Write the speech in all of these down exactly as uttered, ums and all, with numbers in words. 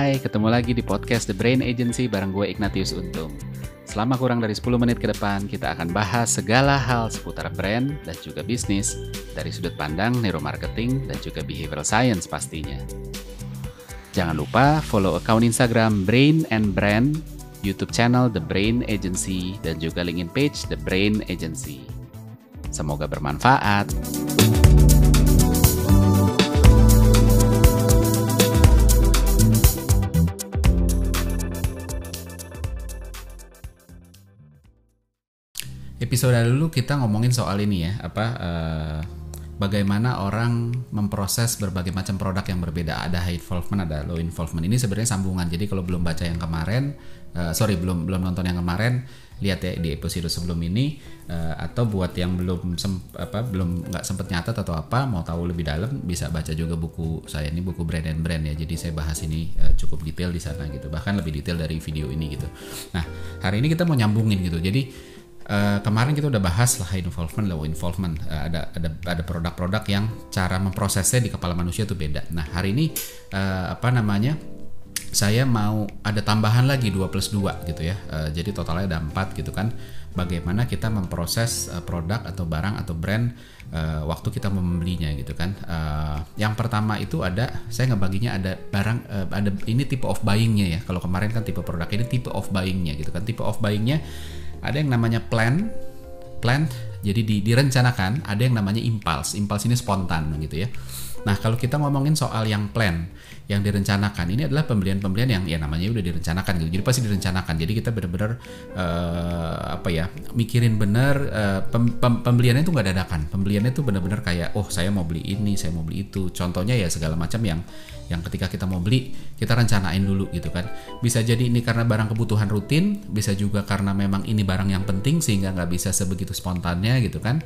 Hai, ketemu lagi di podcast The Brain Agency bareng gue Ignatius Untung. Selama kurang dari sepuluh menit ke depan, kita akan bahas segala hal seputar brand dan juga bisnis dari sudut pandang neuromarketing dan juga behavioral science pastinya. Jangan lupa follow account Instagram Brain and Brand, YouTube channel The Brain Agency, dan juga LinkedIn page The Brain Agency. Semoga bermanfaat. Episode dulu kita ngomongin soal ini ya, apa uh, bagaimana orang memproses berbagai macam produk yang berbeda. Ada high involvement, ada low involvement. Ini sebenarnya sambungan. Jadi kalau belum baca yang kemarin, uh, sorry belum belum nonton yang kemarin, lihat ya di episode sebelum ini. Uh, atau buat yang belum sem, apa belum nggak sempet nyatet atau apa, mau tahu lebih dalam, bisa baca juga buku saya ini, buku Brand and Brand ya. Jadi saya bahas ini uh, cukup detail di sana gitu, bahkan lebih detail dari video ini gitu. Nah hari ini kita mau nyambungin gitu. Jadi Uh, kemarin kita udah bahas lah high involvement, low involvement. Uh, ada ada ada produk-produk yang cara memprosesnya di kepala manusia itu beda. Nah hari ini uh, apa namanya? Saya mau ada tambahan lagi dua plus dua gitu ya. Uh, jadi totalnya ada empat gitu kan. Bagaimana kita memproses uh, produk atau barang atau brand uh, waktu kita membelinya gitu kan. Uh, yang pertama itu ada, saya ngebaginya ada barang, uh, ada ini type of buying-nya ya. Kalau kemarin kan tipe produk, ini type of buying-nya gitu kan. Type of buying-nya ada yang namanya plan, plan, jadi di, direncanakan. Ada yang namanya impulse, impulse ini spontan gitu ya. Nah kalau kita ngomongin soal yang plan, yang direncanakan, ini adalah pembelian-pembelian yang ya namanya udah direncanakan gitu. Jadi pasti direncanakan. Jadi kita benar-benar uh, apa ya, mikirin benar, uh, pem, pem, pembeliannya itu nggak dadakan. Pembeliannya itu benar-benar kayak, oh saya mau beli ini, saya mau beli itu. Contohnya ya segala macam yang yang ketika kita mau beli, kita rencanain dulu gitu kan. Bisa jadi ini karena barang kebutuhan rutin, bisa juga karena memang ini barang yang penting sehingga nggak bisa sebegitu spontannya gitu kan.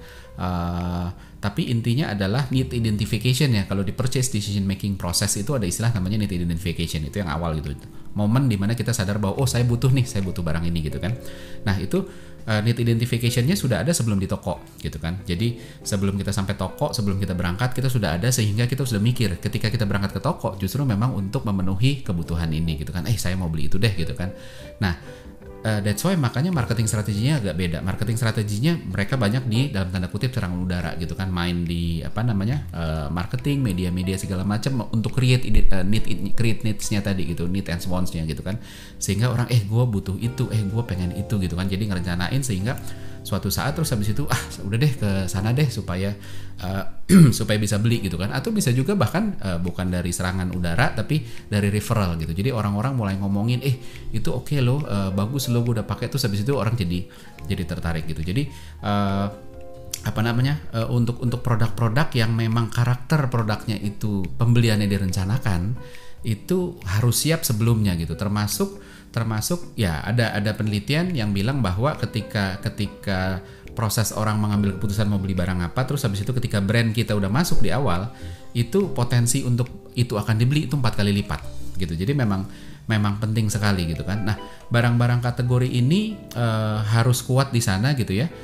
Uh, tapi intinya adalah need identification ya. Kalau di purchase decision making process itu ada istilah namanya need identification, itu yang awal gitu. Momen dimana kita sadar bahwa oh saya butuh nih, saya butuh barang ini gitu kan. Nah itu uh, need identification-nya sudah ada sebelum di toko gitu kan. Jadi sebelum kita sampai toko, sebelum kita berangkat, kita sudah ada sehingga kita sudah mikir ketika kita berangkat ke toko justru memang untuk memenuhi kebutuhan ini gitu kan. Eh saya mau beli itu deh gitu kan. Nah Uh, that's why makanya marketing strateginya agak beda. Marketing strateginya mereka banyak di dalam tanda kutip serangan udara gitu kan, main di apa namanya uh, marketing, media-media segala macam untuk create uh, need create needs-nya tadi gitu, need and wants-nya gitu kan. Sehingga orang eh gue butuh itu, eh gue pengen itu gitu kan. Jadi ngerencanain sehingga suatu saat terus habis itu ah udah deh ke sana deh supaya uh, supaya bisa beli gitu kan. Atau bisa juga bahkan uh, bukan dari serangan udara tapi dari referral gitu. Jadi orang-orang mulai ngomongin eh itu oke okay loh, uh, bagus lo gue udah pakai, terus habis itu orang jadi jadi tertarik gitu. Jadi uh, apa namanya uh, untuk untuk produk-produk yang memang karakter produknya itu pembeliannya direncanakan, itu harus siap sebelumnya gitu. Termasuk termasuk ya ada ada penelitian yang bilang bahwa ketika ketika proses orang mengambil keputusan mau beli barang apa, terus habis itu ketika brand kita udah masuk di awal, itu potensi untuk itu akan dibeli itu empat kali lipat gitu. Jadi memang memang penting sekali gitu kan. Nah barang-barang kategori ini uh, harus kuat di sana gitu ya.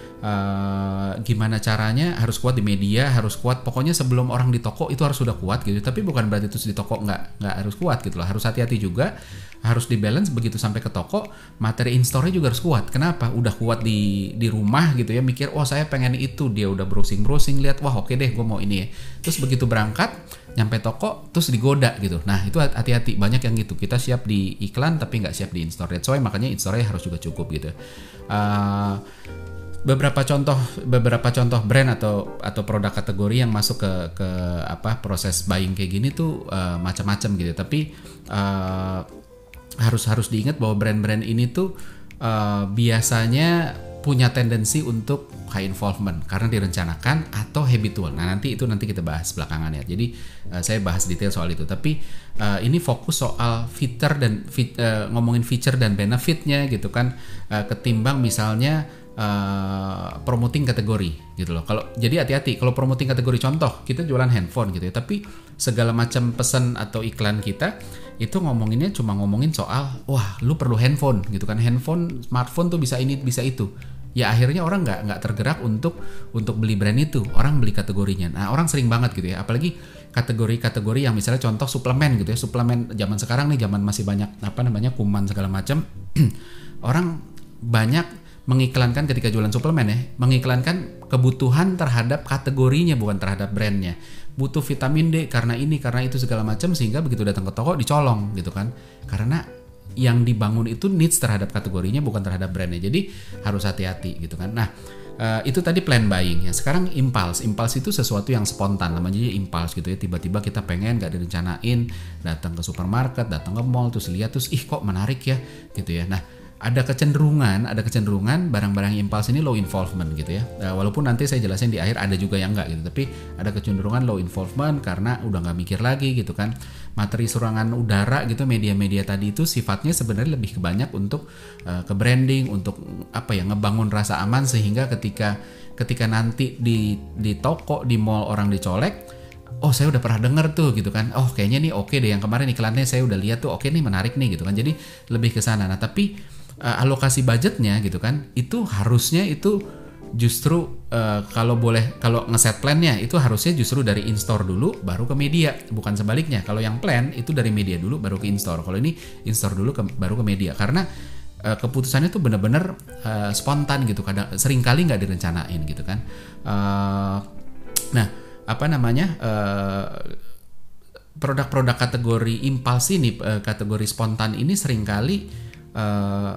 Uh, gimana caranya? Harus kuat di media, harus kuat. Pokoknya sebelum orang di toko itu harus sudah kuat gitu. Tapi bukan berarti itu di toko nggak nggak harus kuat gitu loh. Harus hati-hati juga. Harus dibalance begitu sampai ke toko. Materi in store-nya juga harus kuat. Kenapa? Udah kuat di di rumah gitu ya. Mikir, oh saya pengen itu. Dia udah browsing-browsing, lihat, wah oke deh, gue mau ini ya. Terus begitu berangkat, nyampe toko, terus digoda gitu. Nah itu hati-hati. Banyak yang gitu. Kita siap di iklan tapi nggak siap di in store. That's why makanya in store-nya harus juga cukup gitu. Uh, beberapa contoh beberapa contoh brand atau atau produk kategori yang masuk ke ke apa proses buying kayak gini tuh uh, macam-macam gitu. Tapi uh, harus harus diingat bahwa brand-brand ini tuh uh, biasanya punya tendensi untuk high involvement karena direncanakan atau habitual. Nah nanti itu nanti kita bahas belakangan ya. Jadi uh, saya bahas detail soal itu. Tapi uh, ini fokus soal fitur dan fit, uh, ngomongin feature dan benefitnya gitu kan. Uh, ketimbang misalnya uh, promoting kategori gitu loh. Kalau jadi hati-hati kalau promoting kategori, contoh kita jualan handphone gitu ya. Tapi segala macam pesan atau iklan kita itu ngomonginnya cuma ngomongin soal wah lu perlu handphone gitu kan, handphone smartphone tuh bisa ini bisa itu. ya akhirnya orang nggak nggak tergerak untuk untuk beli brand itu, orang beli kategorinya. Nah orang sering banget gitu ya, apalagi kategori-kategori yang misalnya contoh suplemen gitu ya, suplemen zaman sekarang nih, zaman masih banyak apa namanya kuman segala macam, orang banyak mengiklankan ketika jualan suplemen ya, mengiklankan kebutuhan terhadap kategorinya bukan terhadap brandnya. Butuh vitamin D karena ini karena itu segala macam, sehingga begitu datang ke toko dicolong gitu kan, karena yang dibangun itu needs terhadap kategorinya bukan terhadap brandnya. Jadi harus hati-hati gitu kan. Nah uh, itu tadi plan buying ya. Sekarang impulse, impulse itu sesuatu yang spontan, namanya impulse gitu ya. Tiba-tiba kita pengen, nggak direncanain, datang ke supermarket, datang ke mall, terus lihat, terus ih kok menarik ya gitu ya. Nah ada kecenderungan, ada kecenderungan barang-barang impulse ini low involvement gitu ya. Uh, walaupun nanti saya jelasin di akhir ada juga yang enggak gitu, tapi ada kecenderungan low involvement karena udah nggak mikir lagi gitu kan. Materi serangan udara gitu, media-media tadi itu sifatnya sebenarnya lebih kebanyak untuk uh, ke branding, untuk apa ya, ngebangun rasa aman, sehingga ketika ketika nanti di di toko, di mall orang dicolek, oh saya udah pernah denger tuh gitu kan, oh kayaknya nih oke deh yang kemarin iklannya saya udah lihat tuh, oke nih menarik nih gitu kan. Jadi lebih ke sana. Nah tapi uh, alokasi budgetnya gitu kan, itu harusnya itu justru uh, kalau boleh, kalau ngeset plannya itu harusnya justru dari in-store dulu baru ke media, bukan sebaliknya. Kalau yang plan itu dari media dulu baru ke in-store, kalau ini in-store dulu ke, baru ke media, karena uh, keputusannya tuh bener-bener uh, spontan gitu, kadang seringkali nggak direncanain gitu kan. Uh, nah apa namanya uh, produk-produk kategori impulse ini, uh, kategori spontan ini seringkali uh,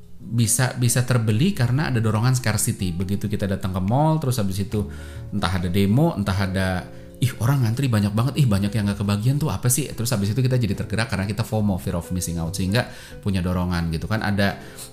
bisa bisa terbeli karena ada dorongan scarcity. Begitu kita datang ke mall, terus habis itu entah ada demo, entah ada ih orang ngantri banyak banget, ih banyak yang nggak kebagian tuh apa sih, terus habis itu kita jadi tergerak karena kita FOMO, fear of missing out, sehingga punya dorongan gitu kan. Ada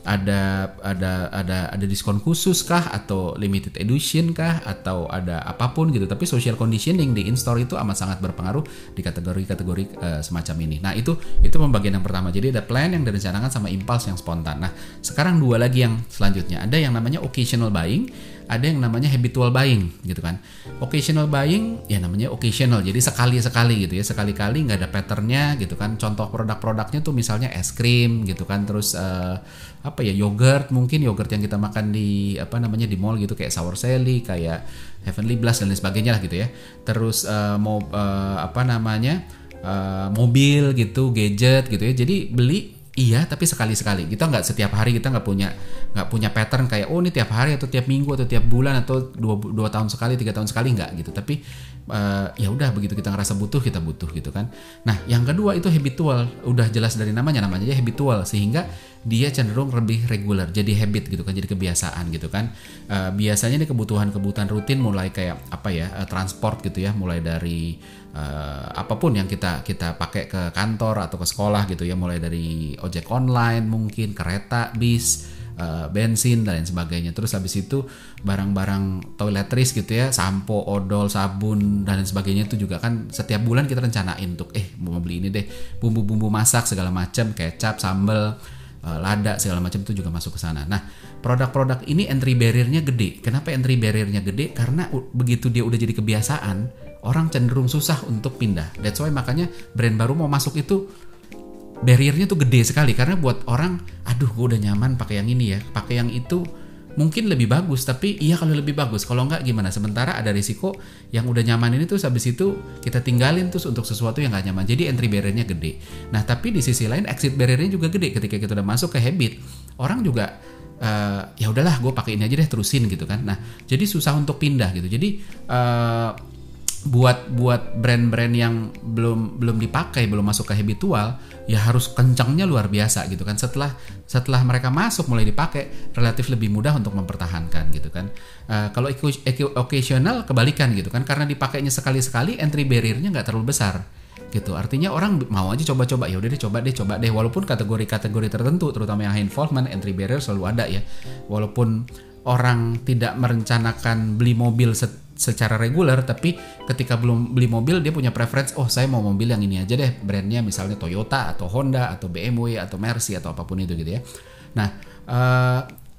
ada ada ada ada diskon khusus kah, atau limited edition kah, atau ada apapun gitu. Tapi social conditioning di in-store itu amat sangat berpengaruh di kategori-kategori uh, semacam ini. Nah itu itu pembagian yang pertama. Jadi ada plan yang direncanakan sama impulse yang spontan. Nah sekarang dua lagi yang selanjutnya, ada yang namanya occasional buying, ada yang namanya habitual buying gitu kan. Occasional buying ya namanya occasional, jadi sekali-sekali gitu ya, sekali-kali nggak ada patternnya gitu kan. Contoh produk-produknya tuh misalnya es krim gitu kan, terus uh, apa ya, yogurt, mungkin yogurt yang kita makan di apa namanya di mall gitu, kayak Sour Sally, kayak Heavenly Blast dan lain sebagainya lah gitu ya. Terus uh, mau uh, apa namanya uh, mobil gitu, gadget gitu ya. Jadi beli iya, tapi sekali-sekali. Kita nggak setiap hari, kita nggak punya nggak punya pattern kayak oh ini tiap hari atau tiap minggu atau tiap bulan atau dua, dua tahun sekali, tiga tahun sekali, nggak gitu. Tapi uh, ya udah, begitu kita ngerasa butuh, kita butuh gitu kan. Nah yang kedua itu habitual, udah jelas dari namanya, namanya aja habitual, sehingga dia cenderung lebih regular, jadi habit gitu kan, jadi kebiasaan gitu kan. Uh, biasanya nih kebutuhan-kebutuhan rutin mulai kayak apa ya, uh, transport gitu ya, mulai dari uh, apapun yang kita kita pakai ke kantor atau ke sekolah gitu ya, mulai dari ojek online mungkin, kereta, bis, uh, bensin dan lain sebagainya. Terus habis itu barang-barang toiletries gitu ya, sampo, odol, sabun dan lain sebagainya, itu juga kan setiap bulan kita rencanain untuk eh mau beli ini deh, bumbu-bumbu masak segala macam, kecap, sambal, lada segala macam, itu juga masuk ke sana. Nah, produk-produk ini entry barrier-nya gede. Kenapa entry barrier-nya gede? Karena begitu dia udah jadi kebiasaan, orang cenderung susah untuk pindah. That's why makanya brand baru mau masuk itu barrier-nya tuh gede sekali, karena buat orang, aduh gue udah nyaman pakai yang ini ya, pakai yang itu mungkin lebih bagus, tapi iya kalau lebih bagus, kalau enggak gimana? Sementara ada risiko yang udah nyaman ini tuh habis itu kita tinggalin terus untuk sesuatu yang gak nyaman. Jadi entry barrier-nya gede. Nah tapi di sisi lain exit barrier-nya juga gede. Ketika kita udah masuk ke habit, orang juga uh, ya udahlah gue pakai ini aja deh, terusin gitu kan. Nah jadi susah untuk pindah gitu. Jadi uh, buat buat brand-brand yang belum belum dipakai, belum masuk ke habitual, ya harus kencangnya luar biasa gitu kan. Setelah setelah mereka masuk mulai dipakai, relatif lebih mudah untuk mempertahankan gitu kan. Uh, kalau occasional kebalikan gitu kan, karena dipakainya sekali-sekali, entry barrier-nya nggak terlalu besar gitu. Artinya orang mau aja coba-coba, ya udah deh coba deh coba deh. Walaupun kategori-kategori tertentu, terutama yang high involvement, entry barrier selalu ada ya. Walaupun orang tidak merencanakan beli mobil set secara reguler, tapi ketika belum beli mobil dia punya preference, oh saya mau mobil yang ini aja deh, brandnya misalnya Toyota atau Honda atau B M W atau Mercy atau apapun itu gitu ya. Nah uh,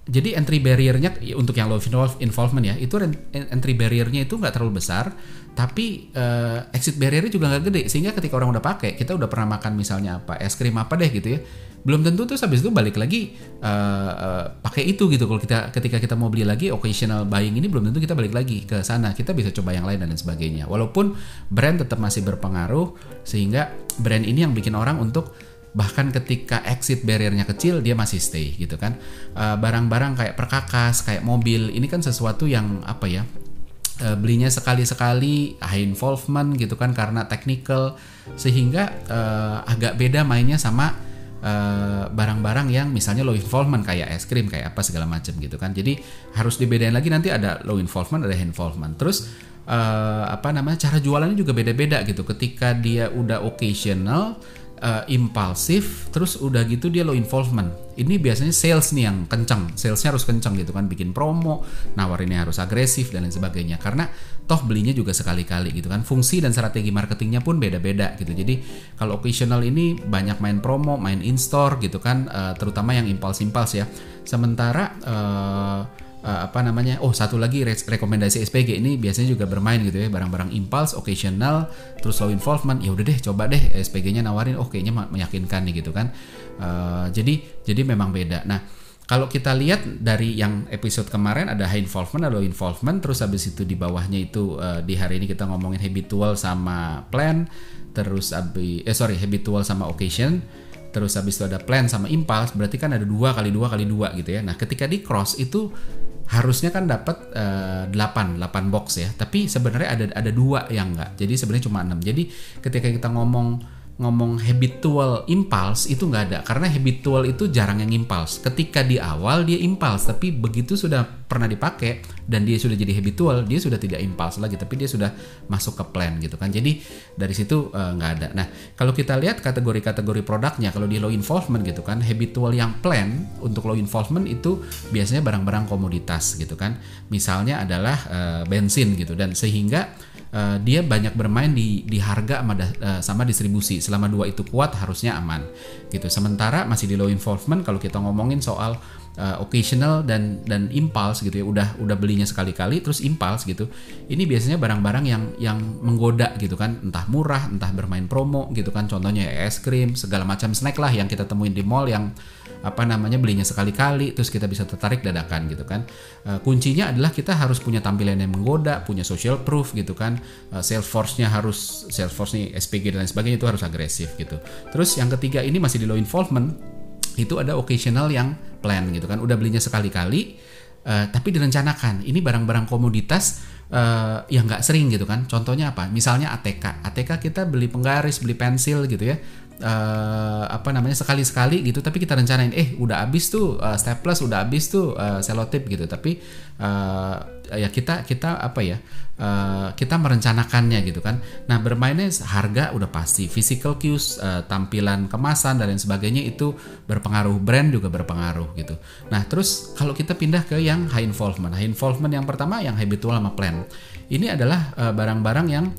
jadi entry barrier-nya untuk yang low involvement ya, itu entry barrier-nya itu nggak terlalu besar, tapi uh, exit barrier-nya juga nggak gede, sehingga ketika orang udah pakai, kita udah pernah makan misalnya apa es krim apa deh gitu ya, belum tentu tuh habis itu balik lagi uh, uh, pakai itu gitu. Kalau kita ketika kita mau beli lagi occasional buying ini, belum tentu kita balik lagi ke sana, kita bisa coba yang lain dan lain sebagainya. Walaupun brand tetap masih berpengaruh, sehingga brand ini yang bikin orang untuk bahkan ketika exit barrier-nya kecil dia masih stay gitu kan. Uh, barang-barang kayak perkakas, kayak mobil, ini kan sesuatu yang apa ya, uh, belinya sekali-sekali, high involvement gitu kan karena technical, sehingga uh, agak beda mainnya sama uh, barang-barang yang misalnya low involvement kayak es krim, kayak apa segala macam gitu kan. Jadi harus dibedain lagi, nanti ada low involvement, ada high involvement. Terus uh, apa namanya, cara jualannya juga beda-beda gitu. Ketika dia udah occasional, Uh, impulsif, terus udah gitu dia low involvement. Ini biasanya sales nih yang kencang, salesnya harus kencang gitu kan, bikin promo, nawarinnya harus agresif dan lain sebagainya. Karena toh belinya juga sekali-kali gitu kan. Fungsi dan strategi marketingnya pun beda-beda gitu. Jadi kalau occasional ini banyak main promo, main in store gitu kan, uh, terutama yang impuls-impuls ya. Sementara uh, Uh, apa namanya, oh satu lagi re- rekomendasi S P G ini biasanya juga bermain gitu ya, barang-barang impulse, occasional, terus low involvement. Ya udah deh, coba deh S P G-nya nawarin, oh kayaknya meyakinkan nih gitu kan. Uh, jadi jadi memang beda. Nah kalau kita lihat dari yang episode kemarin ada high involvement, ada low involvement, terus habis itu di bawahnya itu uh, di hari ini kita ngomongin habitual sama plan, terus abis eh sorry habitual sama occasion. Terus habis itu ada plan sama impulse, berarti kan ada dua kali dua kali dua gitu ya. Nah ketika di cross itu harusnya kan dapat uh, delapan box ya, tapi sebenarnya ada ada dua yang enggak, jadi sebenarnya cuma enam. Jadi ketika kita ngomong ngomong habitual impulse itu nggak ada, karena habitual itu jarang yang impulse. Ketika di awal dia impulse, tapi begitu sudah pernah dipakai dan dia sudah jadi habitual, dia sudah tidak impulse lagi, tapi dia sudah masuk ke plan gitu kan. Jadi dari situ uh, nggak ada. Nah kalau kita lihat kategori-kategori produknya, kalau di low involvement gitu kan, habitual yang plan untuk low involvement itu biasanya barang-barang komoditas gitu kan. Misalnya adalah uh, bensin gitu, dan sehingga Uh, dia banyak bermain di di harga sama, uh, sama distribusi. Selama dua itu kuat harusnya aman gitu. Sementara masih di low involvement, kalau kita ngomongin soal uh, occasional dan dan impulse gitu ya, udah udah belinya sekali-kali terus impulse gitu. Ini biasanya barang-barang yang yang menggoda gitu kan, entah murah, entah bermain promo gitu kan. Contohnya ya es krim, segala macam snack lah yang kita temuin di mall yang apa namanya belinya sekali-kali terus kita bisa tertarik dadakan gitu kan. Uh, kuncinya adalah kita harus punya tampilan yang menggoda, punya social proof gitu kan. Uh, sales force-nya harus sales force nih S P G dan lain sebagainya itu harus agresif gitu. Terus yang ketiga ini masih di low involvement, itu ada occasional yang plan gitu kan. Udah belinya sekali-kali uh, tapi direncanakan. Ini barang-barang komoditas uh, yang nggak sering gitu kan. Contohnya apa? Misalnya A T K. A T K kita beli penggaris, beli pensil gitu ya. Uh, apa namanya sekali-sekali gitu, tapi kita rencanain eh udah habis tuh uh, staples, udah habis tuh uh, selotip gitu, tapi uh, ya kita kita apa ya uh, kita merencanakannya gitu kan. Nah bermainnya harga udah pasti, physical cues, uh, tampilan kemasan dan lain sebagainya itu berpengaruh, brand juga berpengaruh gitu. Nah terus kalau kita pindah ke yang high involvement, high involvement yang pertama yang habitual sama plan, ini adalah uh, barang-barang yang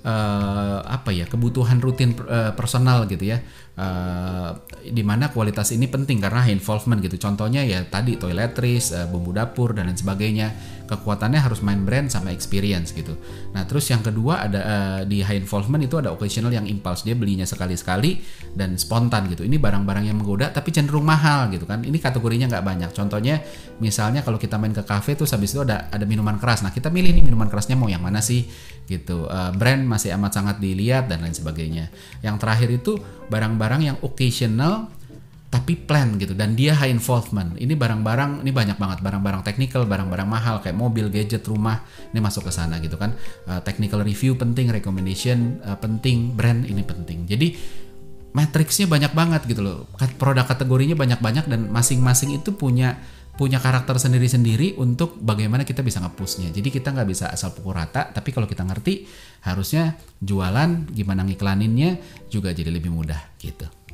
Uh, apa ya kebutuhan rutin uh, personal gitu ya, uh, dimana kualitas ini penting karena high involvement gitu. Contohnya ya tadi toiletries, uh, bumbu dapur dan lain sebagainya. Kekuatannya harus main brand sama experience gitu. Nah terus yang kedua ada uh, di high involvement itu ada occasional yang impulse, dia belinya sekali-sekali dan spontan gitu. Ini barang-barang yang menggoda tapi cenderung mahal gitu kan. Ini kategorinya nggak banyak. Contohnya misalnya kalau kita main ke cafe tuh habis itu ada ada minuman keras. Nah kita milih nih minuman kerasnya mau yang mana sih gitu. Uh, brand masih amat sangat dilihat dan lain sebagainya. Yang terakhir itu barang-barang yang occasional tapi plan gitu dan dia high involvement. Ini barang-barang ini banyak banget, barang-barang technical, barang-barang mahal kayak mobil, gadget, rumah, ini masuk ke sana gitu kan. Uh, technical review penting, recommendation uh, penting, brand ini penting. Jadi matriksnya banyak banget gitu loh. Produk kategorinya banyak-banyak dan masing-masing itu punya punya karakter sendiri-sendiri untuk bagaimana kita bisa nge-pushnya. Jadi kita nggak bisa asal pukul rata, tapi kalau kita ngerti harusnya jualan gimana ngiklaninnya juga jadi lebih mudah gitu.